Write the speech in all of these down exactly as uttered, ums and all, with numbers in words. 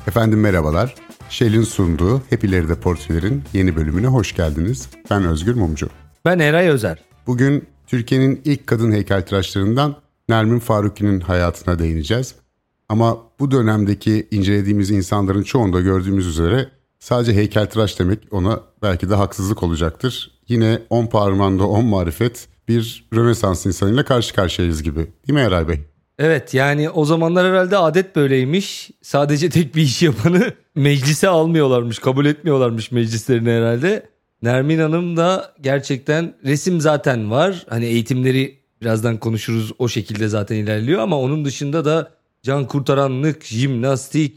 Efendim merhabalar. Shell'in sunduğu Hep İleride Portföylerin yeni bölümüne hoş geldiniz. Ben Özgür Mumcu. Ben Eray Özer. Bugün Türkiye'nin ilk kadın heykeltıraşlarından Nermin Faruki'nin hayatına değineceğiz. Ama bu dönemdeki incelediğimiz insanların çoğunda gördüğümüz üzere sadece heykeltıraş demek ona belki de haksızlık olacaktır. Yine on parmağında on marifet bir Rönesans insanıyla karşı karşıyayız gibi. Değil mi Eray Bey? Evet, yani o zamanlar herhalde adet böyleymiş. Sadece tek bir iş yapanı meclise almıyorlarmış, kabul etmiyorlarmış meclislerine herhalde. Nermin Hanım da gerçekten resim zaten var. Hani eğitimleri birazdan konuşuruz, o şekilde zaten ilerliyor. Ama onun dışında da can kurtaranlık, jimnastik,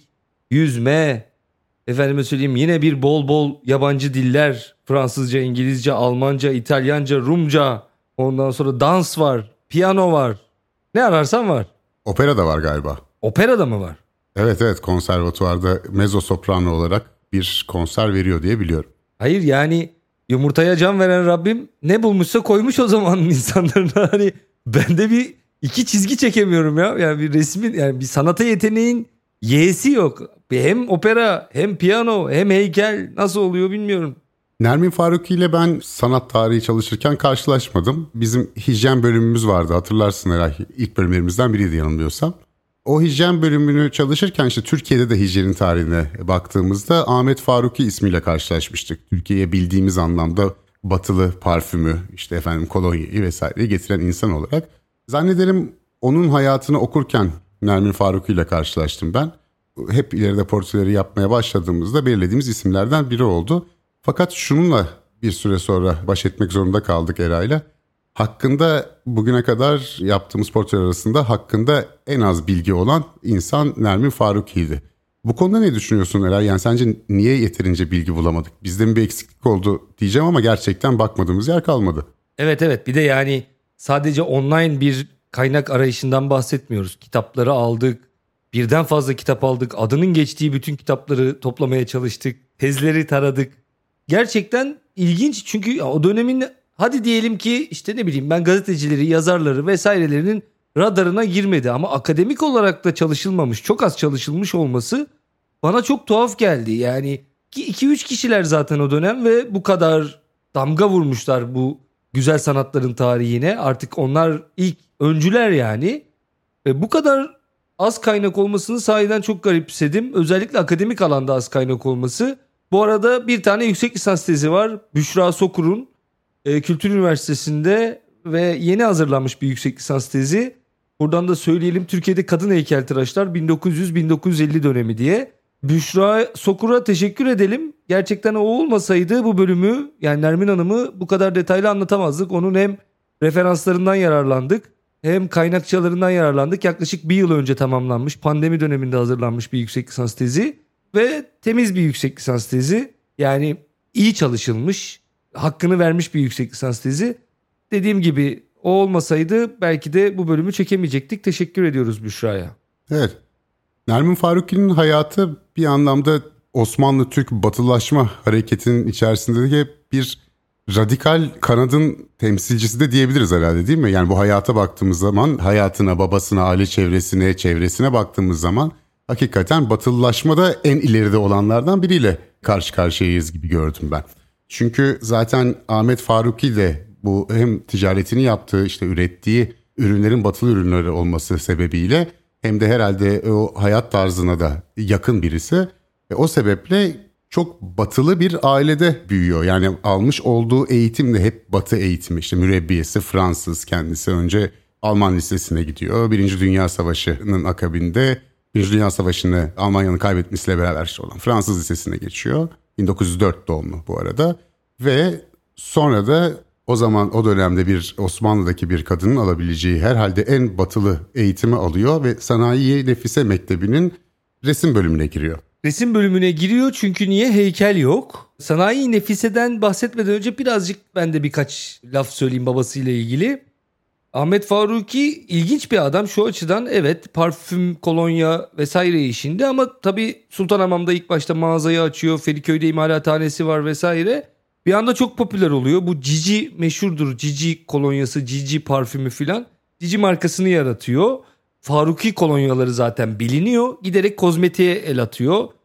yüzme, efendime söyleyeyim yine bir bol bol yabancı diller. Fransızca, İngilizce, Almanca, İtalyanca, Rumca. Ondan sonra dans var, piyano var. Ne ararsan var. Opera da var galiba. Opera da mı var? Evet evet, konservatuvarda mezzo soprano olarak bir konser veriyor diye biliyorum. Hayır, yani yumurtaya can veren Rabbim ne bulmuşsa koymuş o zaman insanların. Hani ben de bir iki çizgi çekemiyorum ya. Yani bir resmin, yani bir sanata yeteneğin y'si yok. Hem opera hem piyano hem heykel nasıl oluyor bilmiyorum. Nermin Faruki ile ben sanat tarihi çalışırken karşılaşmadım. Bizim hijyen bölümümüz vardı, hatırlarsın herhalde, ilk bölümlerimizden biriydi yanılmıyorsam. O hijyen bölümünü çalışırken işte Türkiye'de de hijyenin tarihine baktığımızda Ahmet Faruki ismiyle karşılaşmıştık. Türkiye'ye bildiğimiz anlamda batılı parfümü, işte efendim kolonyayı vesaireyi getiren insan olarak. Zannederim onun hayatını okurken Nermin Faruki ile karşılaştım ben. Hep ileride portföyleri yapmaya başladığımızda belirlediğimiz isimlerden biri oldu. Fakat şununla bir süre sonra baş etmek zorunda kaldık Eray'la. Hakkında bugüne kadar yaptığımız portföy arasında hakkında en az bilgi olan insan Nermin Faruki'ydi. Bu konuda ne düşünüyorsun Eray? Yani sence niye yeterince bilgi bulamadık? Bizde mi bir eksiklik oldu diyeceğim ama gerçekten bakmadığımız yer kalmadı. Evet evet, bir de yani sadece online bir kaynak arayışından bahsetmiyoruz. Kitapları aldık, birden fazla kitap aldık, adının geçtiği bütün kitapları toplamaya çalıştık, tezleri taradık. Gerçekten ilginç, çünkü o dönemin hadi diyelim ki işte ne bileyim ben gazetecileri, yazarları vesairelerinin radarına girmedi ama akademik olarak da çalışılmamış, çok az çalışılmış olması bana çok tuhaf geldi. Yani iki üç kişiler zaten o dönem ve bu kadar damga vurmuşlar bu güzel sanatların tarihine. Artık onlar ilk öncüler yani. Ve bu kadar az kaynak olmasını sahiden çok garipsedim. Özellikle akademik alanda az kaynak olması. Bu arada bir tane yüksek lisans tezi var. Büşra Sokur'un e, Kültür Üniversitesi'nde ve yeni hazırlanmış bir yüksek lisans tezi. Buradan da söyleyelim, Türkiye'de kadın heykeltıraşlar bin dokuz yüz bin dokuz yüz elli dönemi diye. Büşra Sokur'a teşekkür edelim. Gerçekten o olmasaydı bu bölümü, yani Nermin Hanım'ı bu kadar detaylı anlatamazdık. Onun hem referanslarından yararlandık hem kaynakçalarından yararlandık. Yaklaşık bir yıl önce tamamlanmış, pandemi döneminde hazırlanmış bir yüksek lisans tezi. Ve temiz bir yüksek lisans tezi, yani iyi çalışılmış, hakkını vermiş bir yüksek lisans tezi. Dediğim gibi o olmasaydı belki de bu bölümü çekemeyecektik. Teşekkür ediyoruz Büşra'ya. Evet, Nermin Faruki'nin hayatı bir anlamda Osmanlı-Türk batılaşma hareketinin içerisinde bir radikal kanadın temsilcisi de diyebiliriz herhalde, değil mi? Yani bu hayata baktığımız zaman, hayatına, babasına, aile çevresine, çevresine baktığımız zaman hakikaten batılılaşmada en ileride olanlardan biriyle karşı karşıyayız gibi gördüm ben. Çünkü zaten Ahmet Faruki de bu hem ticaretini yaptığı, işte ürettiği ürünlerin batılı ürünleri olması sebebiyle hem de herhalde o hayat tarzına da yakın birisi. Ve o sebeple çok batılı bir ailede büyüyor. Yani almış olduğu eğitim de hep batı eğitimi. İşte mürebbiyesi Fransız, kendisi önce Alman lisesine gidiyor. Birinci Dünya Savaşı'nın akabinde Birinci Dünya Savaşı'nı Almanya'nın kaybetmesiyle beraber işte olan Fransız Lisesi'ne geçiyor. bin dokuz yüz dört doğumlu bu arada. Ve sonra da o zaman o dönemde bir Osmanlı'daki bir kadının alabileceği herhalde en batılı eğitimi alıyor ve Sanayi Nefise Mektebi'nin resim bölümüne giriyor. Resim bölümüne giriyor çünkü niye? Heykel yok. Sanayi Nefise'den bahsetmeden önce birazcık ben de birkaç laf söyleyeyim babasıyla ilgili. Ahmet Faruki ilginç bir adam şu açıdan, evet parfüm, kolonya vesaire işinde ama tabii Sultanhamam'da ilk başta mağazayı açıyor, Feriköy'de imalathanesi var vesaire. Bir anda çok popüler oluyor. Bu Cici meşhurdur, Cici kolonyası, Cici parfümü filan. Cici markasını yaratıyor. Faruki kolonyaları zaten biliniyor. Giderek kozmetiğe el atıyor.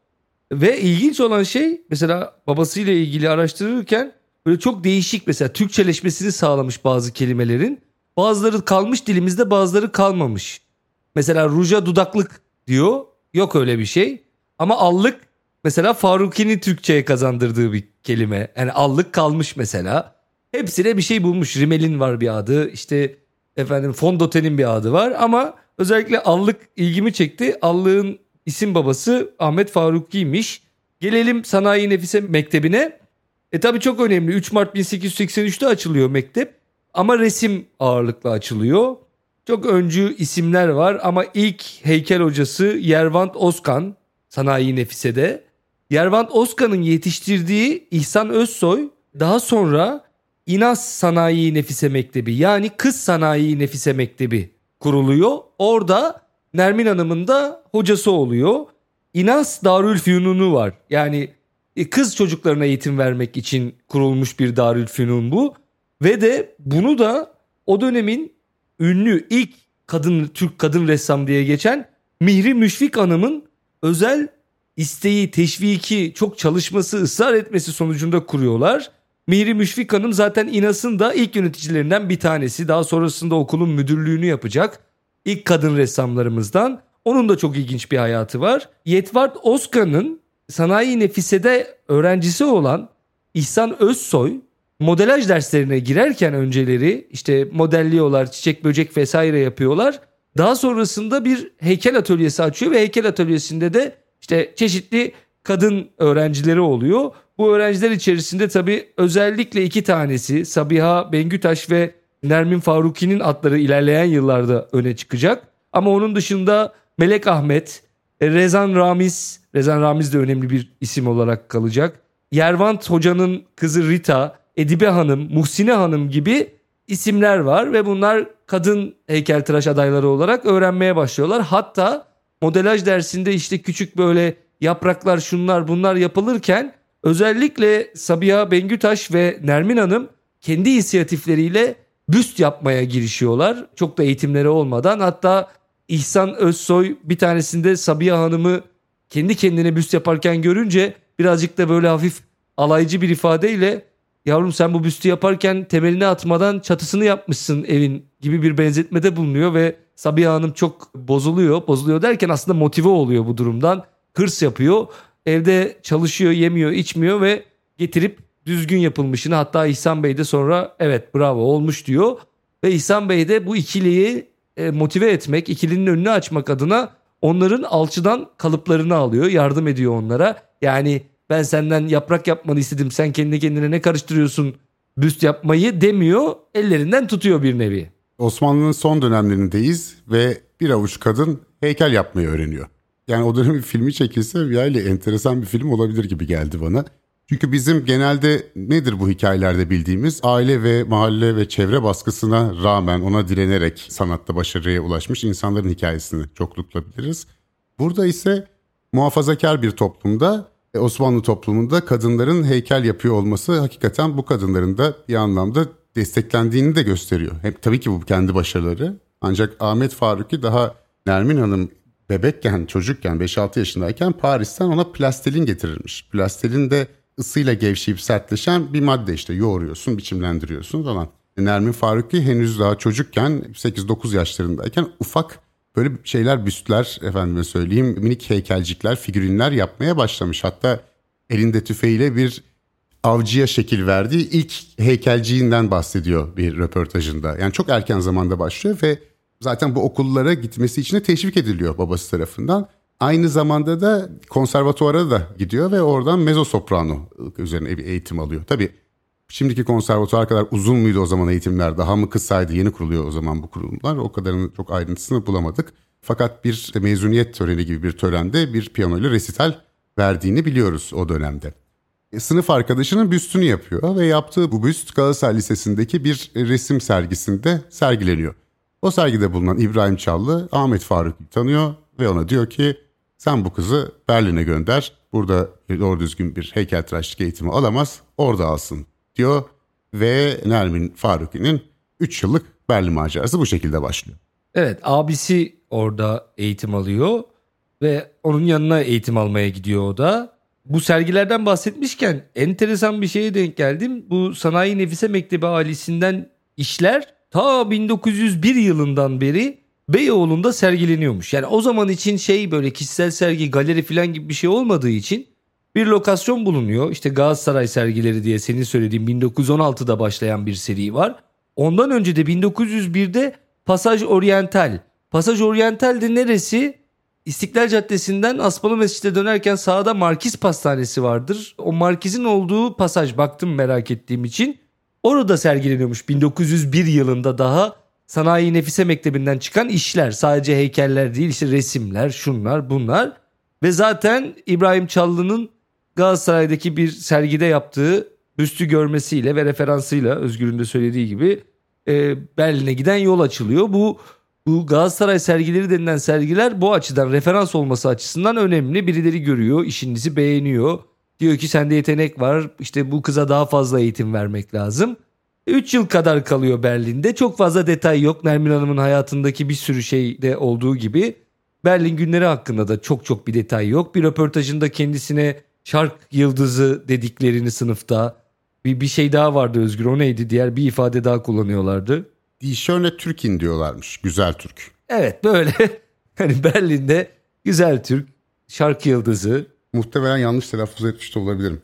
Ve ilginç olan şey, mesela babasıyla ilgili araştırırken böyle çok değişik, mesela Türkçeleşmesini sağlamış bazı kelimelerin. Bazıları kalmış dilimizde, bazıları kalmamış. Mesela ruja dudaklık diyor. Yok öyle bir şey. Ama allık mesela Faruki'nin Türkçe'ye kazandırdığı bir kelime. Yani allık kalmış mesela. Hepsine bir şey bulmuş. Rimel'in var bir adı. İşte efendim fondötenin bir adı var. Ama özellikle allık ilgimi çekti. Allığın isim babası Ahmet Faruki'ymiş. Gelelim Sanayi Nefise Mektebi'ne. E tabii çok önemli. üç Mart bin sekiz yüz seksen üçte açılıyor mektep. Ama resim ağırlıklı açılıyor. Çok öncü isimler var ama ilk heykel hocası Yervant Özkan Sanayi Nefise'de. Yervant Özkan'ın yetiştirdiği İhsan Özsoy daha sonra İnas Sanayi Nefise Mektebi, yani Kız Sanayi Nefise Mektebi kuruluyor. Orada Nermin Hanım'ın da hocası oluyor. İnas Darülfünunu var. Yani kız çocuklarına eğitim vermek için kurulmuş bir Darülfünun bu. Ve de bunu da o dönemin ünlü ilk kadın Türk kadın ressam diye geçen Mihri Müşfik Hanım'ın özel isteği, teşviki, çok çalışması, ısrar etmesi sonucunda kuruyorlar. Mihri Müşfik Hanım zaten İNAS'ın da ilk yöneticilerinden bir tanesi. Daha sonrasında okulun müdürlüğünü yapacak ilk kadın ressamlarımızdan. Onun da çok ilginç bir hayatı var. Yetvart Özkan'ın Sanayi Nefise'de öğrencisi olan İhsan Özsoy modelaj derslerine girerken önceleri işte modelliyorlar, çiçek böcek vesaire yapıyorlar. Daha sonrasında bir heykel atölyesi açıyor ve heykel atölyesinde de işte çeşitli kadın öğrencileri oluyor. Bu öğrenciler içerisinde tabii özellikle iki tanesi, Sabiha Bengütaş ve Nermin Faruki'nin adları ilerleyen yıllarda öne çıkacak. Ama onun dışında Melek Ahmet, Rezan Ramiz, Rezan Ramiz de önemli bir isim olarak kalacak. Yervant Hoca'nın kızı Rita, Edibe Hanım, Muhsine Hanım gibi isimler var ve bunlar kadın heykeltıraş adayları olarak öğrenmeye başlıyorlar. Hatta modelaj dersinde işte küçük böyle yapraklar, şunlar bunlar yapılırken özellikle Sabiha Bengütaş ve Nermin Hanım kendi inisiyatifleriyle büst yapmaya girişiyorlar. Çok da eğitimleri olmadan. Hatta İhsan Özsoy bir tanesinde Sabiha Hanım'ı kendi kendine büst yaparken görünce birazcık da böyle hafif alaycı bir ifadeyle "Yavrum sen bu büstü yaparken temelini atmadan çatısını yapmışsın evin" gibi bir benzetmede bulunuyor ve Sabiha Hanım çok bozuluyor. Bozuluyor derken aslında motive oluyor bu durumdan. Hırs yapıyor. Evde çalışıyor, yemiyor, içmiyor ve getirip düzgün yapılmışını, hatta İhsan Bey de sonra evet bravo olmuş diyor. Ve İhsan Bey de bu ikiliyi motive etmek, ikilinin önünü açmak adına onların alçıdan kalıplarını alıyor, yardım ediyor onlara. Yani ben senden yaprak yapmanı istedim, sen kendi kendine ne karıştırıyorsun büst yapmayı demiyor, ellerinden tutuyor bir nevi. Osmanlı'nın son dönemlerindeyiz ve bir avuç kadın heykel yapmayı öğreniyor. Yani o dönemin filmi çekilse yani enteresan bir film olabilir gibi geldi bana. Çünkü bizim genelde nedir bu hikayelerde bildiğimiz, aile ve mahalle ve çevre baskısına rağmen ona direnerek sanatta başarıya ulaşmış insanların hikayesini çoklukla biliriz. Burada ise muhafazakar bir toplumda, Osmanlı toplumunda kadınların heykel yapıyor olması hakikaten bu kadınların da bir anlamda desteklendiğini de gösteriyor. Hem tabii ki bu kendi başarıları, ancak Ahmet Faruki daha Nermin Hanım bebekken, çocukken, beş altı yaşındayken Paris'ten ona plastelin getirilmiş. Plastelin de ısıyla gevşeyip sertleşen bir madde, işte yoğuruyorsun, biçimlendiriyorsun falan. Nermin Faruki henüz daha çocukken, sekiz dokuz yaşlarındayken ufak böyle şeyler, büstler, efendime söyleyeyim, minik heykelcikler, figürinler yapmaya başlamış. Hatta elinde tüfeğiyle bir avcıya şekil verdiği ilk heykelciğinden bahsediyor bir röportajında. Yani çok erken zamanda başlıyor ve zaten bu okullara gitmesi için de teşvik ediliyor babası tarafından. Aynı zamanda da konservatuvara da gidiyor ve oradan mezzosoprano üzerine bir eğitim alıyor. Tabii şimdiki konservatuvar kadar uzun muydu o zaman eğitimler, daha mı kısaydı, yeni kuruluyor o zaman bu kurumlar, o kadarını çok ayrıntısını bulamadık. Fakat bir işte mezuniyet töreni gibi bir törende bir piyanoyla resital verdiğini biliyoruz o dönemde. Sınıf arkadaşının büstünü yapıyor ve yaptığı bu büst Galatasaray Lisesi'ndeki bir resim sergisinde sergileniyor. O sergide bulunan İbrahim Çallı Ahmet Faruk'u tanıyor ve ona diyor ki sen bu kızı Berlin'e gönder, burada doğru düzgün bir heykeltıraşlık eğitimi alamaz, orada alsın diyor ve Nermin Faruki'nin üç yıllık Berlin macerası bu şekilde başlıyor. Evet, abisi orada eğitim alıyor ve onun yanına eğitim almaya gidiyor o da. Bu sergilerden bahsetmişken enteresan bir şeye denk geldim. Bu Sanayi Nefise Mektebi ailesinden işler ta bin dokuz yüz bir yılından beri Beyoğlu'nda sergileniyormuş. Yani o zaman için şey böyle kişisel sergi, galeri falan gibi bir şey olmadığı için bir lokasyon bulunuyor. İşte Galatasaray sergileri diye senin söylediğin bin dokuz yüz on altıda başlayan bir seri var. Ondan önce de bin dokuz yüz birde Pasaj Oriental. Pasaj Oriental de neresi? İstiklal Caddesi'nden Aspalı Mescid'e dönerken sağda Markiz Pastanesi vardır. O Markiz'in olduğu pasaj, baktım merak ettiğim için. Orada sergileniyormuş bin dokuz yüz bir yılında daha Sanayi Nefise Mektebi'nden çıkan işler. Sadece heykeller değil, işte resimler, şunlar bunlar. Ve zaten İbrahim Çallı'nın Galatasaray'daki bir sergide yaptığı büstü görmesiyle ve referansıyla, Özgür'ün de söylediği gibi e, Berlin'e giden yol açılıyor. Bu Bu Galatasaray sergileri denilen sergiler bu açıdan, referans olması açısından önemli. Birileri görüyor, işinizi beğeniyor. Diyor ki sende yetenek var, işte bu kıza daha fazla eğitim vermek lazım. üç yıl kadar kalıyor Berlin'de. Çok fazla detay yok. Nermin Hanım'ın hayatındaki bir sürü şeyde olduğu gibi Berlin günleri hakkında da çok çok bir detay yok. Bir röportajında kendisine şark yıldızı dediklerini sınıfta, bir, bir şey daha vardı Özgür, o neydi, diğer bir ifade daha kullanıyorlardı. Die Schöne Türkin diyorlarmış. Güzel Türk. Evet, böyle hani Berlin'de güzel Türk, şark yıldızı. Muhtemelen yanlış telaffuz etmiş de olabilirim.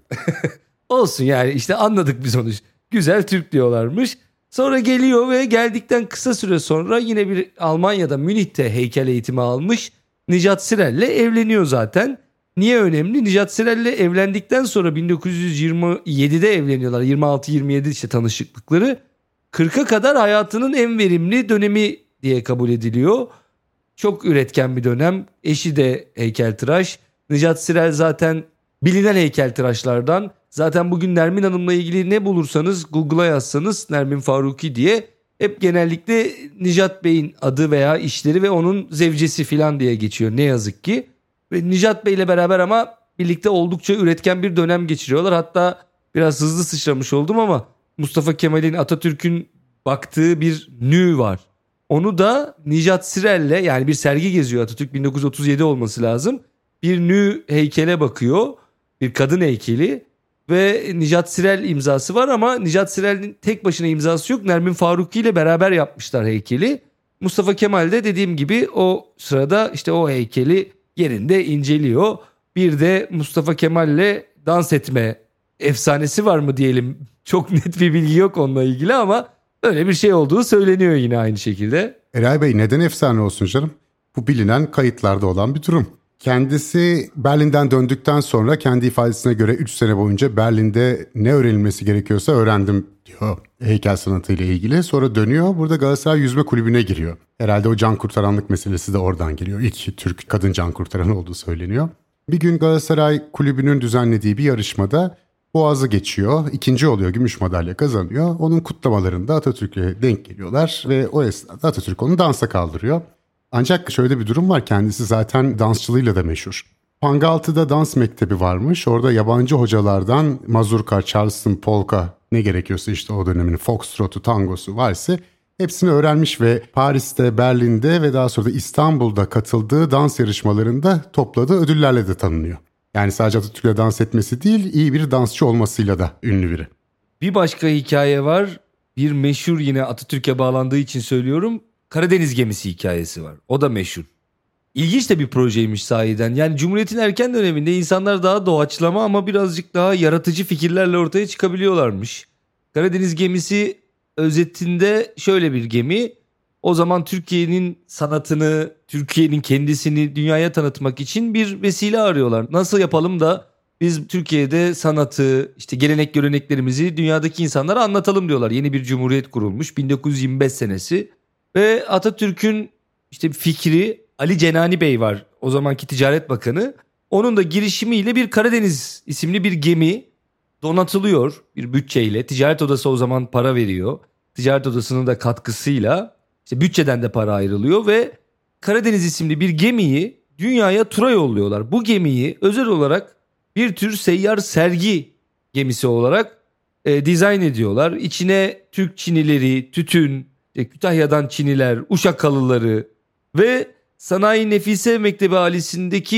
Olsun yani, işte anladık biz onu. Güzel Türk diyorlarmış. Sonra geliyor ve geldikten kısa süre sonra yine bir Almanya'da Münih'te heykel eğitimi almış Nicat Sirel'le evleniyor zaten. Niye önemli? Nicat Sirel'le evlendikten sonra bin dokuz yüz yirmi yedide evleniyorlar. yirmi altı yirmi yedi işte tanışıklıkları. kırka kadar hayatının en verimli dönemi diye kabul ediliyor. Çok üretken bir dönem. Eşi de heykeltıraş. Nicat Sirel zaten bilinen heykeltıraşlardan. Zaten bugün Nermin Hanım'la ilgili ne bulursanız Google'a yazsanız Nermin Faruki diye hep genellikle Nicat Bey'in adı veya işleri ve onun zevcesi falan diye geçiyor ne yazık ki. Ve Nicat Bey'le beraber ama birlikte oldukça üretken bir dönem geçiriyorlar. Hatta biraz hızlı sıçramış oldum ama Mustafa Kemal'in, Atatürk'ün baktığı bir nü var. Onu da Nicat Sirel'le, yani bir sergi geziyor, Atatürk bin dokuz yüz otuz yedi olması lazım. Bir nü heykele bakıyor. Bir kadın heykeli ve Nicat Sirel imzası var ama Nicat Sirel'in tek başına imzası yok. Nermin Faruki ile beraber yapmışlar heykeli. Mustafa Kemal de dediğim gibi o sırada işte o heykeli yerinde inceliyor. Bir de Mustafa Kemal'le dans etme efsanesi var mı diyelim. Çok net bir bilgi yok onunla ilgili ama öyle bir şey olduğu söyleniyor yine aynı şekilde. Eray Bey, neden efsane olsun canım? Bu bilinen, kayıtlarda olan bir durum. Kendisi Berlin'den döndükten sonra kendi ifadesine göre üç sene boyunca Berlin'de ne öğrenilmesi gerekiyorsa öğrendim diyor heykel sanatıyla ilgili. Sonra dönüyor, burada Galatasaray Yüzme Kulübü'ne giriyor. Herhalde o can kurtaranlık meselesi de oradan geliyor. İlk Türk kadın can kurtaran olduğu söyleniyor. Bir gün Galatasaray Kulübü'nün düzenlediği bir yarışmada Boğaz'ı geçiyor. İkinci oluyor, gümüş madalya kazanıyor. Onun kutlamalarında Atatürk'e denk geliyorlar ve o esnada Atatürk onu dansa kaldırıyor. Ancak şöyle bir durum var, kendisi zaten dansçılığıyla da meşhur. Pangaltı'da dans mektebi varmış. Orada yabancı hocalardan mazurka, charleston, polka, ne gerekiyorsa işte o dönemin foxtrotu, tangosu varsa hepsini öğrenmiş ve Paris'te, Berlin'de ve daha sonra da İstanbul'da katıldığı dans yarışmalarında topladığı ödüllerle de tanınıyor. Yani sadece Atatürk'le dans etmesi değil, iyi bir dansçı olmasıyla da ünlü biri. Bir başka hikaye var. Bir meşhur, yine Atatürk'e bağlandığı için söylüyorum. Karadeniz gemisi hikayesi var. O da meşhur. İlginç de bir projeymiş sahiden. Yani Cumhuriyet'in erken döneminde insanlar daha doğaçlama ama birazcık daha yaratıcı fikirlerle ortaya çıkabiliyorlarmış. Karadeniz gemisi özetinde şöyle bir gemi. O zaman Türkiye'nin sanatını, Türkiye'nin kendisini dünyaya tanıtmak için bir vesile arıyorlar. Nasıl yapalım da biz Türkiye'de sanatı, işte gelenek göreneklerimizi dünyadaki insanlara anlatalım diyorlar. Yeni bir cumhuriyet kurulmuş bin dokuz yüz yirmi beş senesi. Ve Atatürk'ün işte fikri, Ali Cenani Bey var, o zamanki Ticaret Bakanı. Onun da girişimiyle bir Karadeniz isimli bir gemi donatılıyor bir bütçeyle. Ticaret Odası o zaman para veriyor. Ticaret Odası'nın da katkısıyla işte bütçeden de para ayrılıyor ve Karadeniz isimli bir gemiyi dünyaya tura yolluyorlar. Bu gemiyi özel olarak bir tür seyyar sergi gemisi olarak e, dizayn ediyorlar. İçine Türk çinileri, tütün, e, Kütahya'dan çiniler, Uşakalıları ve Sanayi Nefise Mektebi ailesindeki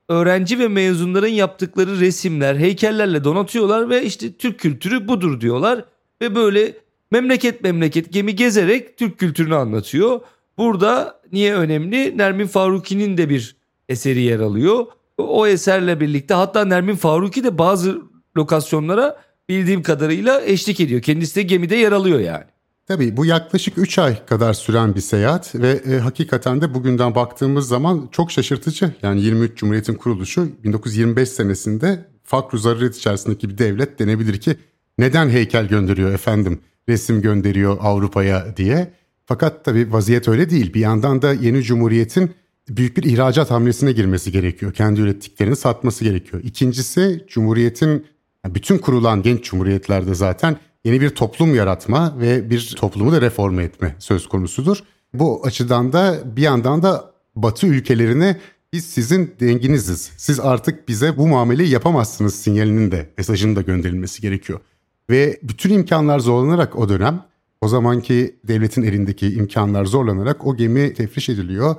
öğrenci ve mezunların yaptıkları resimler, heykellerle donatıyorlar ve işte Türk kültürü budur diyorlar. Ve böyle memleket memleket gemi gezerek Türk kültürünü anlatıyor. Burada niye önemli? Nermin Faruki'nin de bir eseri yer alıyor. O eserle birlikte hatta Nermin Faruki de bazı lokasyonlara bildiğim kadarıyla eşlik ediyor. Kendisi de gemide yer alıyor yani. Tabii bu yaklaşık üç ay kadar süren bir seyahat ve e, hakikaten de bugünden baktığımız zaman çok şaşırtıcı. Yani yirmi üç Cumhuriyet'in kuruluşu bin dokuz yüz yirmi beş senesinde fakr-ı zaruret içerisindeki bir devlet denebilir ki neden heykel gönderiyor efendim, resim gönderiyor Avrupa'ya diye. Fakat tabii vaziyet öyle değil. Bir yandan da yeni Cumhuriyet'in büyük bir ihracat hamlesine girmesi gerekiyor. Kendi ürettiklerini satması gerekiyor. İkincisi Cumhuriyet'in, bütün kurulan genç cumhuriyetlerde zaten yeni bir toplum yaratma ve bir toplumu da reforme etme söz konusudur. Bu açıdan da bir yandan da Batı ülkelerine biz sizin denginiziz, siz artık bize bu muameleyi yapamazsınız sinyalinin de, mesajının da gönderilmesi gerekiyor. Ve bütün imkanlar zorlanarak o dönem, o zamanki devletin elindeki imkanlar zorlanarak o gemi tefriş ediliyor.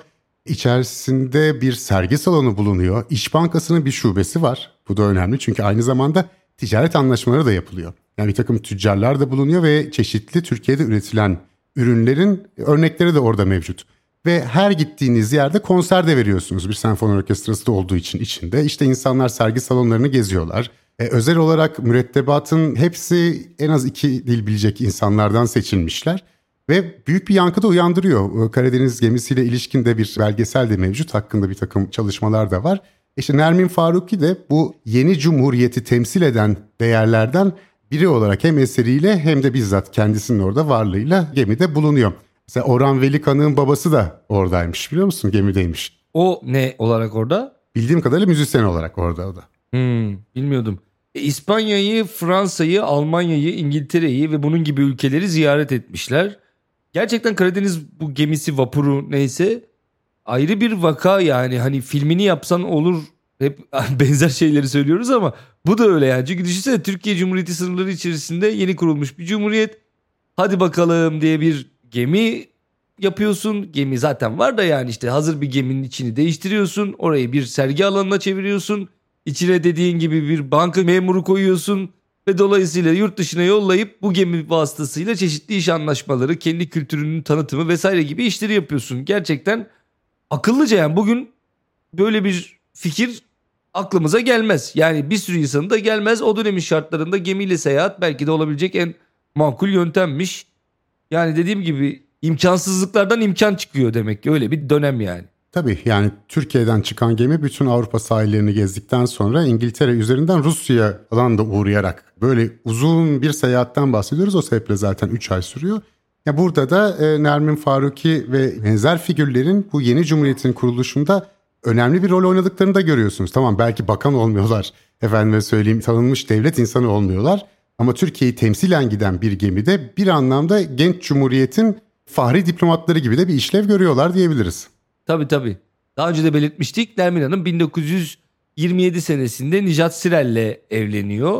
İçerisinde bir sergi salonu bulunuyor. İş Bankası'nın bir şubesi var. Bu da önemli çünkü aynı zamanda ticaret anlaşmaları da yapılıyor. Yani bir takım tüccarlar da bulunuyor ve çeşitli Türkiye'de üretilen ürünlerin örnekleri de orada mevcut. Ve her gittiğiniz yerde konser de veriyorsunuz bir senfoni orkestrası da olduğu için içinde. İşte insanlar sergi salonlarını geziyorlar. Ee, özel olarak mürettebatın hepsi en az iki dil bilecek insanlardan seçilmişler. Ve büyük bir yankı da uyandırıyor. Karadeniz gemisiyle ilişkin de bir belgesel de mevcut. Hakkında bir takım çalışmalar da var. İşte Nermin Faruki de bu yeni cumhuriyeti temsil eden değerlerden biri olarak hem eseriyle hem de bizzat kendisinin orada varlığıyla gemide bulunuyor. Mesela Orhan Veli Kanık'ın babası da oradaymış, biliyor musun? Gemideymiş. O ne olarak orada? Bildiğim kadarıyla müzisyen olarak orada o da. Hmm, bilmiyordum. E, İspanya'yı, Fransa'yı, Almanya'yı, İngiltere'yi ve bunun gibi ülkeleri ziyaret etmişler. Gerçekten Karadeniz bu gemisi, vapuru neyse ayrı bir vaka yani. Hani filmini yapsan olur, hep benzer şeyleri söylüyoruz ama bu da öyle yani. Çünkü düşünsene, Türkiye Cumhuriyeti sınırları içerisinde yeni kurulmuş bir cumhuriyet. Hadi bakalım diye bir gemi yapıyorsun. Gemi zaten var da yani işte hazır bir geminin içini değiştiriyorsun. Orayı bir sergi alanına çeviriyorsun. İçine dediğin gibi bir banka memuru koyuyorsun. Ve dolayısıyla yurt dışına yollayıp bu gemi vasıtasıyla çeşitli iş anlaşmaları, kendi kültürünün tanıtımı vesaire gibi işleri yapıyorsun. Gerçekten akıllıca yani. Bugün böyle bir fikir aklımıza gelmez. Yani bir sürü insanın da gelmez. O dönemin şartlarında gemiyle seyahat belki de olabilecek en makul yöntemmiş. Yani dediğim gibi imkansızlıklardan imkan çıkıyor demek ki, öyle bir dönem yani. Tabii yani Türkiye'den çıkan gemi bütün Avrupa sahillerini gezdikten sonra İngiltere üzerinden Rusya'dan da uğrayarak böyle uzun bir seyahatten bahsediyoruz. O sebeple zaten üç ay sürüyor. Ya burada da e, Nermin Faruki ve benzer figürlerin bu yeni cumhuriyetin kuruluşunda önemli bir rol oynadıklarını da görüyorsunuz. Tamam, belki bakan olmuyorlar, efendime söyleyeyim tanınmış devlet insanı olmuyorlar. Ama Türkiye'yi temsilen giden bir gemide bir anlamda genç cumhuriyetin fahri diplomatları gibi de bir işlev görüyorlar diyebiliriz. Tabii tabii. Daha önce de belirtmiştik. Nermin Hanım bin dokuz yüz yirmi yedi senesinde Nijat Sirel'le evleniyor.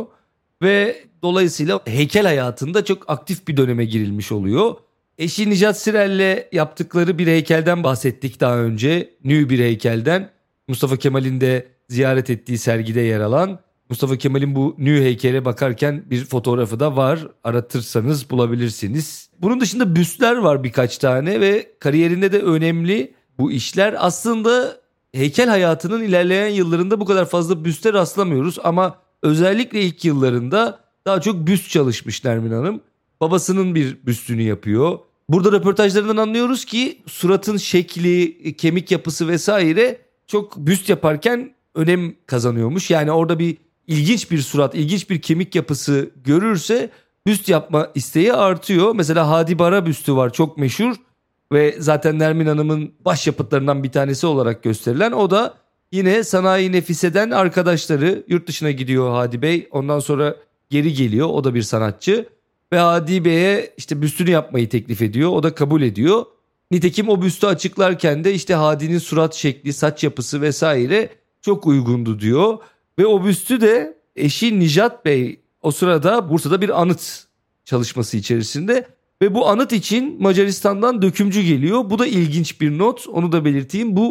Ve dolayısıyla heykel hayatında çok aktif bir döneme girilmiş oluyor. Eşi Nijat Sirel'le yaptıkları bir heykelden bahsettik daha önce. Nü bir heykelden. Mustafa Kemal'in de ziyaret ettiği sergide yer alan. Mustafa Kemal'in bu nü heykele bakarken bir fotoğrafı da var. Aratırsanız bulabilirsiniz. Bunun dışında büstler var birkaç tane ve kariyerinde de önemli bu işler. Aslında heykel hayatının ilerleyen yıllarında bu kadar fazla büste rastlamıyoruz ama özellikle ilk yıllarında daha çok büst çalışmış Nermin Hanım. Babasının bir büstünü yapıyor. Burada röportajlarından anlıyoruz ki suratın şekli, kemik yapısı vesaire çok büst yaparken önem kazanıyormuş. Yani orada bir ilginç bir surat, ilginç bir kemik yapısı görürse büst yapma isteği artıyor. Mesela Hadi Bara büstü var, çok meşhur ve zaten Nermin Hanım'ın başyapıtlarından bir tanesi olarak gösterilen. O da yine Sanayi Nefise'den arkadaşları, yurt dışına gidiyor Hadi Bey. Ondan sonra geri geliyor, o da bir sanatçı. Ve Hadi Bey'e işte büstünü yapmayı teklif ediyor. O da kabul ediyor. Nitekim o büstü açıklarken de işte Hadi'nin surat şekli, saç yapısı vesaire çok uygundu diyor. Ve o büstü de eşi Nijat Bey o sırada Bursa'da bir anıt çalışması içerisinde. Ve bu anıt için Macaristan'dan dökümcü geliyor. Bu da ilginç bir not, onu da belirteyim. Bu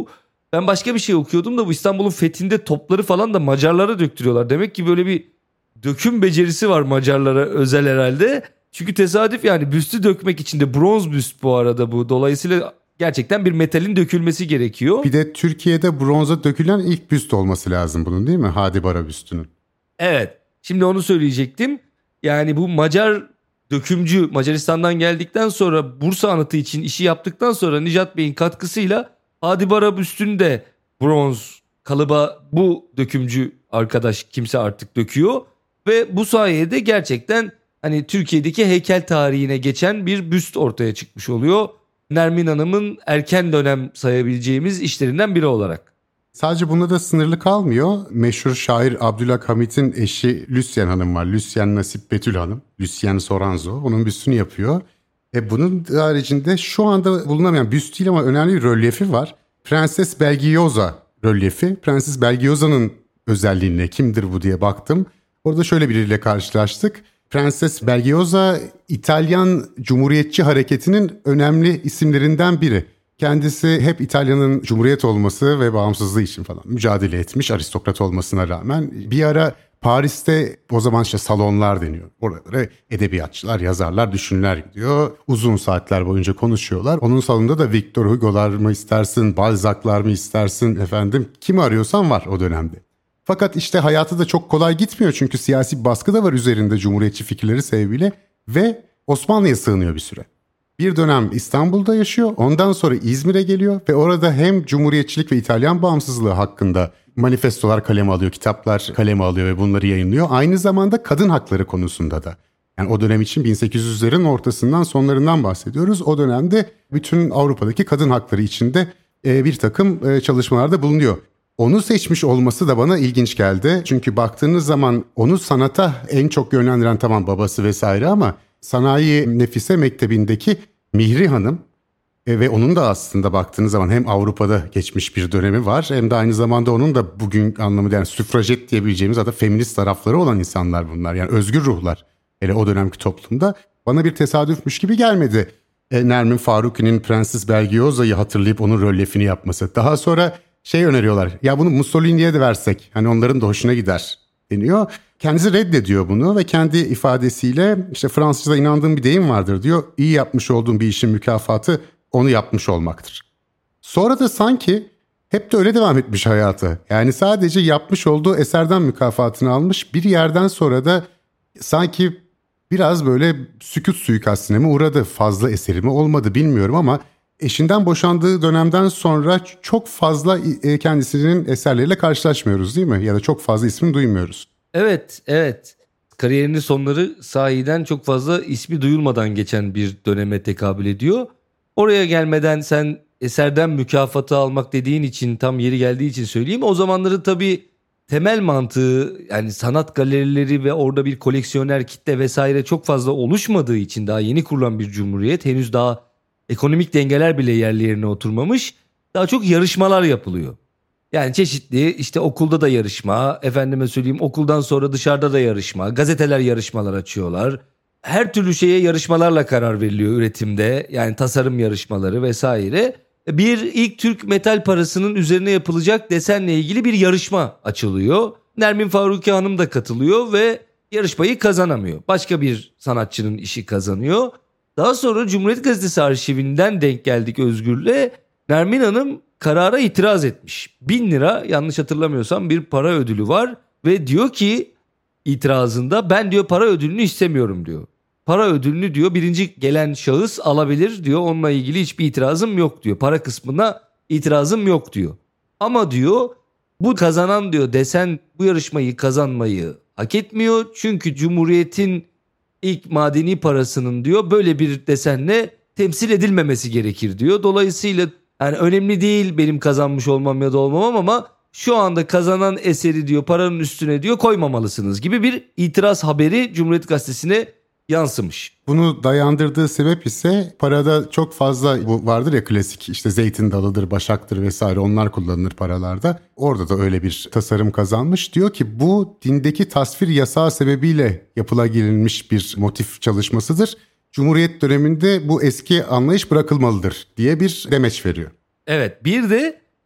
Ben başka bir şey okuyordum da bu İstanbul'un fethinde topları falan da Macarlara döktürüyorlar. Demek ki böyle bir döküm becerisi var Macarlara özel herhalde. Çünkü tesadüf yani büstü dökmek için de bronz büst bu arada bu. Dolayısıyla gerçekten bir metalin dökülmesi gerekiyor. Bir de Türkiye'de bronza dökülen ilk büst olması lazım bunun, değil mi? Hadibara büstünün. Evet. Şimdi onu söyleyecektim. Yani bu Macar dökümcü Macaristan'dan geldikten sonra Bursa anıtı için işi yaptıktan sonra Nicat Bey'in katkısıyla Hadibara büstünü de bronz kalıba bu dökümcü arkadaş kimse artık döküyor. Ve bu sayede gerçekten hani Türkiye'deki heykel tarihine geçen bir büst ortaya çıkmış oluyor. Nermin Hanım'ın erken dönem sayabileceğimiz işlerinden biri olarak. Sadece bunda da sınırlı kalmıyor. Meşhur şair Abdülhamit'in eşi Lucien Hanım var. Lucien Nasip Betül Hanım. Lucien Soranzo. Onun büstünü yapıyor. E bunun haricinde şu anda bulunamayan büst değil ama önemli bir rölyefi var. Prenses Belgioza rölyefi. Prenses Belgioza'nın özelliğine kimdir bu diye baktım. Orada şöyle biriyle karşılaştık. Prenses Belgioza İtalyan Cumhuriyetçi Hareketi'nin önemli isimlerinden biri. Kendisi hep İtalya'nın cumhuriyet olması ve bağımsızlığı için falan mücadele etmiş aristokrat olmasına rağmen. Bir ara Paris'te o zaman işte salonlar deniyor. Oralara edebiyatçılar, yazarlar, düşünürler gidiyor. Uzun saatler boyunca konuşuyorlar. Onun salonunda da Victor Hugo'lar mı istersin, Balzac'lar mı istersin efendim. Kimi arıyorsan var o dönemde. Fakat işte hayatı da çok kolay gitmiyor çünkü siyasi baskı da var üzerinde cumhuriyetçi fikirleri sebebiyle ve Osmanlı'ya sığınıyor bir süre. Bir dönem İstanbul'da yaşıyor, ondan sonra İzmir'e geliyor ve orada hem cumhuriyetçilik ve İtalyan bağımsızlığı hakkında manifestolar kaleme alıyor, kitaplar kaleme alıyor ve bunları yayınlıyor. Aynı zamanda kadın hakları konusunda da. Yani o dönem için bin sekiz yüzlerin ortasından sonlarından bahsediyoruz. O dönemde bütün Avrupa'daki kadın hakları içinde bir takım çalışmalarda bulunuyor. Onu seçmiş olması da bana ilginç geldi. Çünkü baktığınız zaman onu sanata en çok yönlendiren tamam babası vesaire ama Sanayi Nefise Mektebi'ndeki Mihri Hanım e, ve onun da aslında baktığınız zaman hem Avrupa'da geçmiş bir dönemi var hem de aynı zamanda onun da bugün anlamı yani süfrajet diyebileceğimiz hatta feminist tarafları olan insanlar bunlar. Yani özgür ruhlar hele o dönemki toplumda bana bir tesadüfmüş gibi gelmedi. E, Nermin Faruki'nin Prenses Belgioza'yı hatırlayıp onun rölyefini yapması. Daha sonra şey öneriyorlar ya bunu Mussolini'ye de versek hani onların da hoşuna gider deniyor. Kendisi reddediyor bunu ve kendi ifadesiyle işte Fransızca inandığım bir deyim vardır diyor. İyi yapmış olduğum bir işin mükafatı onu yapmış olmaktır. Sonra da sanki hep de öyle devam etmiş hayatı. Yani sadece yapmış olduğu eserden mükafatını almış. Bir yerden sonra da sanki biraz böyle sükût suikastine mi uğradı, fazla eseri mi olmadı bilmiyorum ama eşinden boşandığı dönemden sonra çok fazla kendisinin eserleriyle karşılaşmıyoruz değil mi? Ya da çok fazla ismini duymuyoruz. Evet, evet. Kariyerinin sonları sahiden çok fazla ismi duyulmadan geçen bir döneme tekabül ediyor. Oraya gelmeden sen eserden mükafatı almak dediğin için tam yeri geldiği için söyleyeyim. O zamanların tabii temel mantığı yani sanat galerileri ve orada bir koleksiyoner kitle vesaire çok fazla oluşmadığı için daha yeni kurulan bir cumhuriyet henüz daha ekonomik dengeler bile yerli yerine oturmamış. Daha çok yarışmalar yapılıyor. Yani çeşitli işte okulda da yarışma, efendime söyleyeyim okuldan sonra dışarıda da yarışma, gazeteler yarışmalar açıyorlar. Her türlü şeye yarışmalarla karar veriliyor üretimde. Yani tasarım yarışmaları vesaire. Bir ilk Türk metal parasının üzerine yapılacak desenle ilgili bir yarışma açılıyor. Nermin Faruki Hanım da katılıyor ve yarışmayı kazanamıyor. Başka bir sanatçının işi kazanıyor. Daha sonra Cumhuriyet Gazetesi arşivinden denk geldik Özgür'le. Nermin Hanım karara itiraz etmiş. Bin lira yanlış hatırlamıyorsam bir para ödülü var ve diyor ki itirazında ben diyor para ödülünü istemiyorum diyor. Para ödülünü diyor birinci gelen şahıs alabilir diyor. Onunla ilgili hiçbir itirazım yok diyor. Para kısmına itirazım yok diyor. Ama diyor bu kazanan diyor desen bu yarışmayı kazanmayı hak etmiyor. Çünkü Cumhuriyet'in ilk madeni parasının diyor böyle bir desenle temsil edilmemesi gerekir diyor. Dolayısıyla yani önemli değil benim kazanmış olmam ya da olmamam ama şu anda kazanan eseri diyor paranın üstüne diyor koymamalısınız gibi bir itiraz haberi Cumhuriyet Gazetesi'ne yansımış. Bunu dayandırdığı sebep ise parada çok fazla bu vardır ya klasik işte zeytin dalıdır, başaktır vesaire onlar kullanılır paralarda. Orada da öyle bir tasarım kazanmış. Diyor ki bu dindeki tasvir yasağı sebebiyle yapıla girilmiş bir motif çalışmasıdır. Cumhuriyet döneminde bu eski anlayış bırakılmalıdır diye bir demeç veriyor. Evet bir de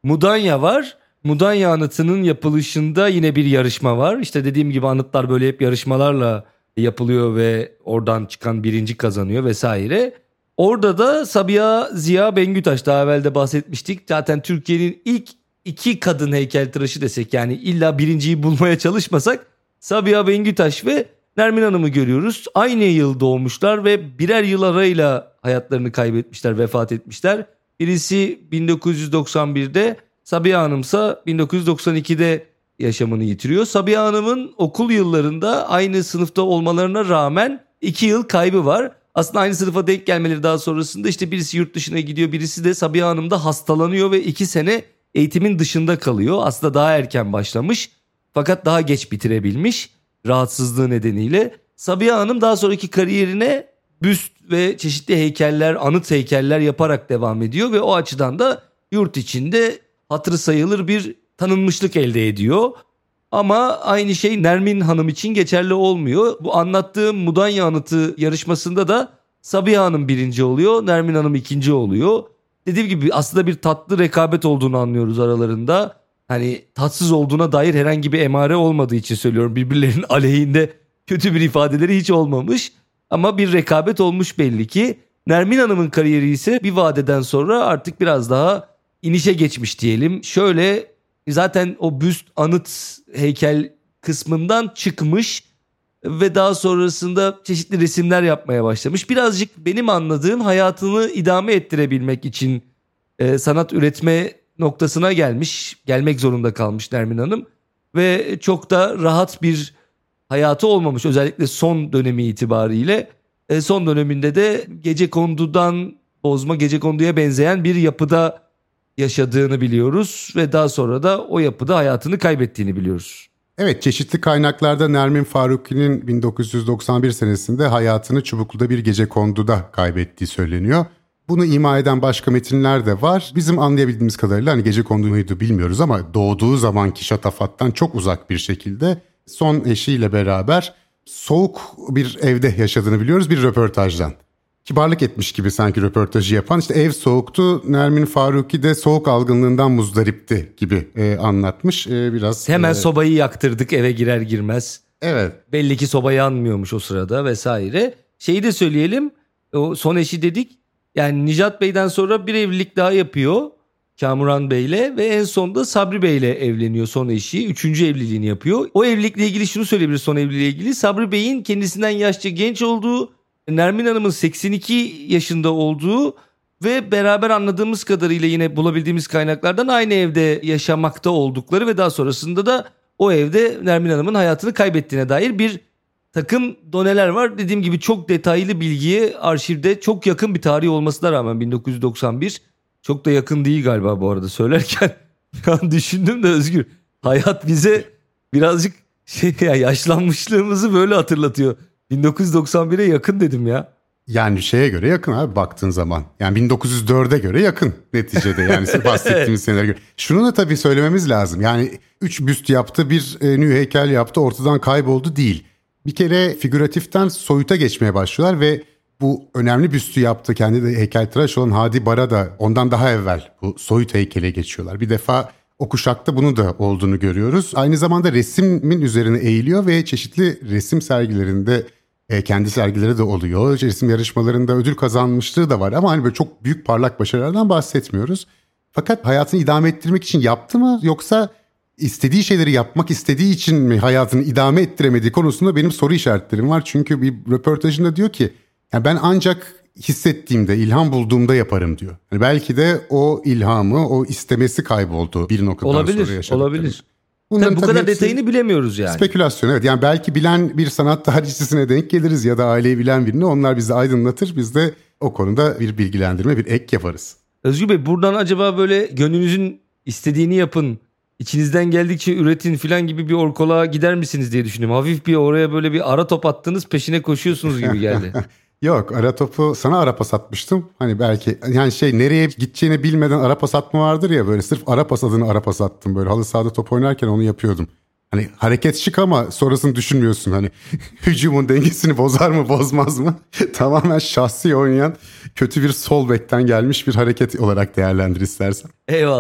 Mudanya var. Mudanya anıtının yapılışında yine bir yarışma var. İşte dediğim gibi anıtlar böyle hep yarışmalarla yapılıyor ve oradan çıkan birinci kazanıyor vesaire. Orada da Sabiha Ziya Bengütaş, daha evvel de bahsetmiştik. Zaten Türkiye'nin ilk iki kadın heykeltıraşı desek, yani illa birinciyi bulmaya çalışmasak, Sabiha Bengütaş ve Nermin Hanım'ı görüyoruz. Aynı yıl doğmuşlar ve birer yıl arayla hayatlarını kaybetmişler, vefat etmişler. Birisi bin dokuz yüz doksan birde, Sabiha Hanım'sa bin dokuz yüz doksan ikide yaşamını yitiriyor. Sabiha Hanım'ın okul yıllarında aynı sınıfta olmalarına rağmen iki yıl kaybı var. Aslında aynı sınıfa denk gelmeleri daha sonrasında işte birisi yurt dışına gidiyor, birisi de Sabiha Hanım da hastalanıyor ve iki sene eğitimin dışında kalıyor. Aslında daha erken başlamış fakat daha geç bitirebilmiş rahatsızlığı nedeniyle. Sabiha Hanım daha sonraki kariyerine büst ve çeşitli heykeller, anıt heykeller yaparak devam ediyor ve o açıdan da yurt içinde hatırı sayılır bir tanınmışlık elde ediyor. Ama aynı şey Nermin Hanım için geçerli olmuyor. Bu anlattığım Mudanya Anıtı yarışmasında da Sabiha Hanım birinci oluyor, Nermin Hanım ikinci oluyor. Dediğim gibi aslında bir tatlı rekabet olduğunu anlıyoruz aralarında. Hani tatsız olduğuna dair herhangi bir emare olmadığı için söylüyorum. Birbirlerinin aleyhinde kötü bir ifadeleri hiç olmamış. Ama bir rekabet olmuş belli ki. Nermin Hanım'ın kariyeri ise bir vadeden sonra artık biraz daha inişe geçmiş diyelim. Şöyle, zaten o büst, anıt, heykel kısmından çıkmış ve daha sonrasında çeşitli resimler yapmaya başlamış. Birazcık benim anladığım hayatını idame ettirebilmek için e, sanat üretme noktasına gelmiş, gelmek zorunda kalmış Nermin Hanım. Ve çok da rahat bir hayatı olmamış, özellikle son dönemi itibariyle. E, son döneminde de Gecekondu'dan bozma, Gecekondu'ya benzeyen bir yapıda yaşadığını biliyoruz ve daha sonra da o yapıda hayatını kaybettiğini biliyoruz. Evet, çeşitli kaynaklarda Nermin Farukli'nin bin dokuz yüz doksan bir senesinde hayatını Çubuklu'da bir gecekonduda kaybettiği söyleniyor. Bunu ima eden başka metinler de var. Bizim anlayabildiğimiz kadarıyla hani gecekondu muydu bilmiyoruz ama doğduğu zamanki şatafattan çok uzak bir şekilde son eşiyle beraber soğuk bir evde yaşadığını biliyoruz bir röportajdan. Kibarlık etmiş gibi sanki röportajı yapan, işte ev soğuktu, Nermin Faruki de soğuk algınlığından muzdaripti gibi e, anlatmış. E, biraz hemen e, sobayı yaktırdık eve girer girmez. Evet. Belli ki soba yanmıyormuş o sırada vesaire. Şeyi de söyleyelim, o son eşi dedik. Yani Nicat Bey'den sonra bir evlilik daha yapıyor Kamuran Bey'le ve en sonunda Sabri Bey'le evleniyor son eşi. Üçüncü evliliğini yapıyor. O evlilikle ilgili şunu söyleyebiliriz, son evliliğiyle ilgili. Sabri Bey'in kendisinden yaşça genç olduğu, Nermin Hanım'ın seksen iki yaşında olduğu ve beraber anladığımız kadarıyla yine bulabildiğimiz kaynaklardan aynı evde yaşamakta oldukları ve daha sonrasında da o evde Nermin Hanım'ın hayatını kaybettiğine dair bir takım doneler var. Dediğim gibi çok detaylı bilgiye arşivde çok yakın bir tarih olmasına rağmen bin dokuz yüz doksan bir çok da yakın değil galiba bu arada söylerken. Ben düşündüm de Özgür, hayat bize birazcık şey ya, yaşlanmışlığımızı böyle hatırlatıyor. bin dokuz yüz doksan bire yakın dedim ya. Yani şeye göre yakın abi baktığın zaman. Yani bin dokuz yüz dörde göre yakın neticede, yani bahsettiğimiz senelere göre. Şunu da tabii söylememiz lazım. Yani üç büst yaptı, bir e, nü heykel yaptı, ortadan kayboldu değil. Bir kere figüratiften soyuta geçmeye başlıyorlar ve bu önemli büstü yaptı, kendi de heykeltıraş olan Hadi Bara da ondan daha evvel bu soyut heykele geçiyorlar. Bir defa o kuşakta bunu da olduğunu görüyoruz. Aynı zamanda resmin üzerine eğiliyor ve çeşitli resim sergilerinde e, kendi sergileri de oluyor. Resim yarışmalarında ödül kazanmışlığı da var ama hani böyle çok büyük parlak başarılardan bahsetmiyoruz. Fakat hayatını idame ettirmek için yaptı mı, yoksa istediği şeyleri yapmak istediği için mi hayatını idame ettiremediği konusunda benim soru işaretlerim var. Çünkü bir röportajında diyor ki yani ben ancak hissettiğimde, ilham bulduğumda yaparım diyor. Yani belki de o ilhamı, o istemesi kayboldu bir noktadan olabilir, sonra yaşadıkları. Olabilir. Tabii bu kadar detayını bilemiyoruz yani. Spekülasyon, evet. Yani belki bilen bir sanat tarihçisine denk geliriz ya da aileyi bilen birine, onlar bizi aydınlatır. Biz de o konuda bir bilgilendirme, bir ek yaparız. Özgür Bey, buradan acaba böyle gönlünüzün istediğini yapın, İçinizden geldikçe üretin falan gibi bir orkolağa gider misiniz diye düşündüm. Hafif bir oraya böyle bir ara top attınız, peşine koşuyorsunuz gibi geldi. Yok, ara topu sana ara pas atmıştım. Hani belki yani şey, nereye gideceğini bilmeden ara pas atma vardır ya, böyle sırf ara pas adına ara pas attım. Böyle halı sahada top oynarken onu yapıyordum. Hani hareket şık ama sonrasını düşünmüyorsun. Hani hücumun dengesini bozar mı bozmaz mı? Tamamen şahsi oynayan kötü bir sol bekten gelmiş bir hareket olarak değerlendir istersen. Eyvallah.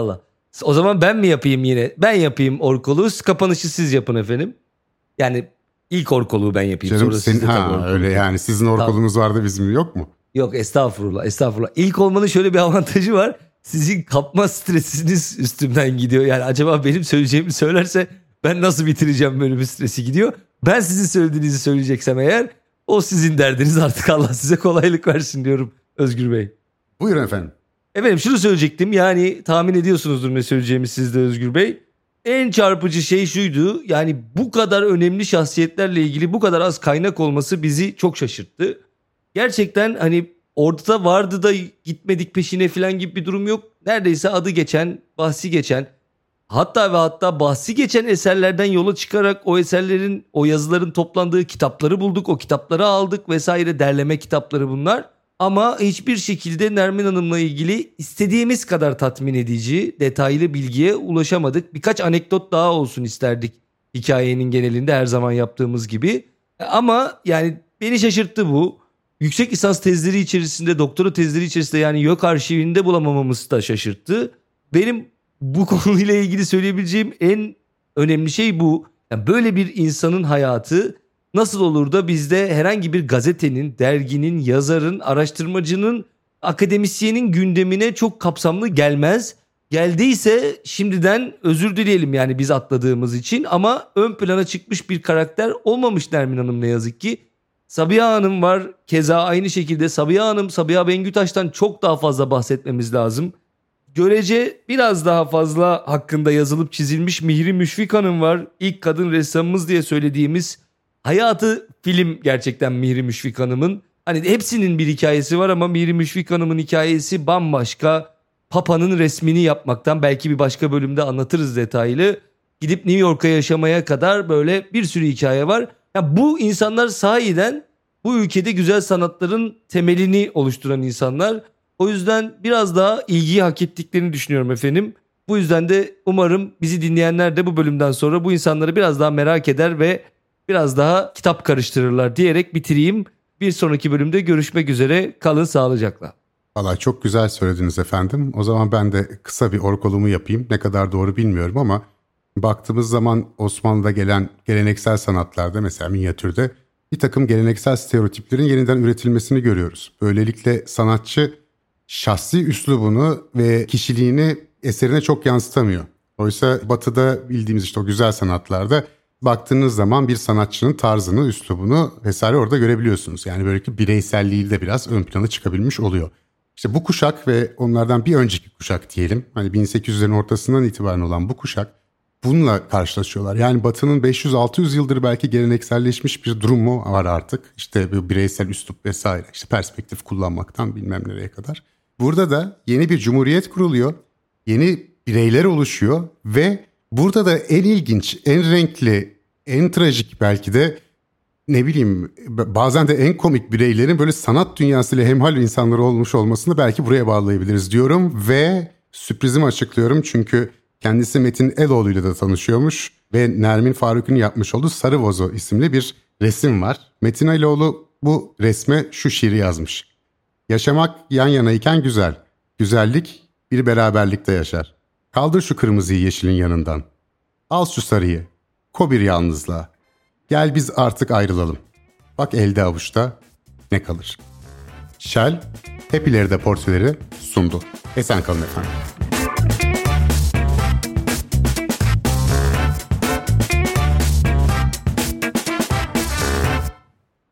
O zaman ben mi yapayım yine? Ben yapayım orkoluğu. Kapanışı siz yapın efendim. Yani ilk orkoluğu ben yapayım. Canım sonra senin, siz de tabii ha, orkoluğu. öyle yani sizin orkolunuz vardı bizim yok mu? Yok estağfurullah estağfurullah. İlk olmanın şöyle bir avantajı var. Sizin kapma stresiniz üstümden gidiyor. Yani acaba benim söyleyeceğimi söylerse ben nasıl bitireceğim böyle bir stresi gidiyor. Ben sizin söylediğinizi söyleyeceksem eğer o sizin derdiniz, artık Allah size kolaylık versin diyorum Özgür Bey. Buyurun efendim. Efendim şunu söyleyecektim, yani tahmin ediyorsunuzdur ne söyleyeceğimi siz de Özgür Bey. En çarpıcı şey şuydu, yani bu kadar önemli şahsiyetlerle ilgili bu kadar az kaynak olması bizi çok şaşırttı. Gerçekten hani ortada vardı da gitmedik peşine falan gibi bir durum yok. Neredeyse adı geçen, bahsi geçen, hatta ve hatta bahsi geçen eserlerden yola çıkarak o eserlerin, o yazıların toplandığı kitapları bulduk. O kitapları aldık vesaire, derleme kitapları bunlar. Ama hiçbir şekilde Nermin Hanım'la ilgili istediğimiz kadar tatmin edici, detaylı bilgiye ulaşamadık. Birkaç anekdot daha olsun isterdik hikayenin genelinde, her zaman yaptığımız gibi. Ama yani beni şaşırttı bu. Yüksek lisans tezleri içerisinde, doktora tezleri içerisinde, yani YÖK arşivinde bulamamamız da şaşırttı. Benim bu konuyla ilgili söyleyebileceğim en önemli şey bu. Yani böyle bir insanın hayatı nasıl olur da bizde herhangi bir gazetenin, derginin, yazarın, araştırmacının, akademisyenin gündemine çok kapsamlı gelmez. Geldiyse şimdiden özür dileyelim yani biz atladığımız için, ama ön plana çıkmış bir karakter olmamış Nermin Hanım ne yazık ki. Sabiha Hanım var, keza aynı şekilde. Sabiha Hanım, Sabiha Bengütaş'tan çok daha fazla bahsetmemiz lazım. Görece biraz daha fazla hakkında yazılıp çizilmiş Mihri Müşfik Hanım var. İlk kadın ressamımız diye söylediğimiz, hayatı film gerçekten Mihri Müşfik Hanım'ın. Hani hepsinin bir hikayesi var ama Mihri Müşfik Hanım'ın hikayesi bambaşka. Papa'nın resmini yapmaktan, belki bir başka bölümde anlatırız detaylı, gidip New York'a yaşamaya kadar böyle bir sürü hikaye var. Ya bu insanlar sahiden bu ülkede güzel sanatların temelini oluşturan insanlar. O yüzden biraz daha ilgiyi hak ettiklerini düşünüyorum efendim. Bu yüzden de umarım bizi dinleyenler de bu bölümden sonra bu insanları biraz daha merak eder ve biraz daha kitap karıştırırlar diyerek bitireyim. Bir sonraki bölümde görüşmek üzere. Kalın sağlıcakla. Vallahi çok güzel söylediniz efendim. O zaman ben de kısa bir orkolumu yapayım. Ne kadar doğru bilmiyorum ama baktığımız zaman Osmanlı'da gelen geleneksel sanatlarda, mesela minyatürde bir takım geleneksel stereotiplerin yeniden üretilmesini görüyoruz. Böylelikle sanatçı şahsi üslubunu ve kişiliğini eserine çok yansıtamıyor. Oysa Batı'da bildiğimiz işte o güzel sanatlarda baktığınız zaman bir sanatçının tarzını, üslubunu vesaire orada görebiliyorsunuz. Yani böylelikle bireyselliği de biraz ön plana çıkabilmiş oluyor. İşte bu kuşak ve onlardan bir önceki kuşak diyelim, hani bin sekiz yüzlerin ortasından itibaren olan bu kuşak bununla karşılaşıyorlar. Yani Batı'nın beş yüz altı yüz yıldır belki gelenekselleşmiş bir durumu var artık. İşte bir bireysel üslup vesaire, işte perspektif kullanmaktan bilmem nereye kadar. Burada da yeni bir cumhuriyet kuruluyor, yeni bireyler oluşuyor ve burada da en ilginç, en renkli, en trajik belki de ne bileyim bazen de en komik bireylerin böyle sanat dünyasıyla hemhal insanlar olmuş olmasını belki buraya bağlayabiliriz diyorum ve sürprizimi açıklıyorum çünkü kendisi Metin Eloğlu'yla da tanışıyormuş ve Nermin Faruk'un yapmış olduğu Sarı Vazo isimli bir resim var. Metin Eloğlu bu resme şu şiiri yazmış. Yaşamak yan yanayken güzel, güzellik bir beraberlikte yaşar. Kaldır şu kırmızıyı yeşilin yanından. Al şu sarıyı, ko bir yalnızlığa. Gel biz artık ayrılalım. Bak elde avuçta ne kalır. Shell hep ileride portföyleri sundu. Esen kalın efendim.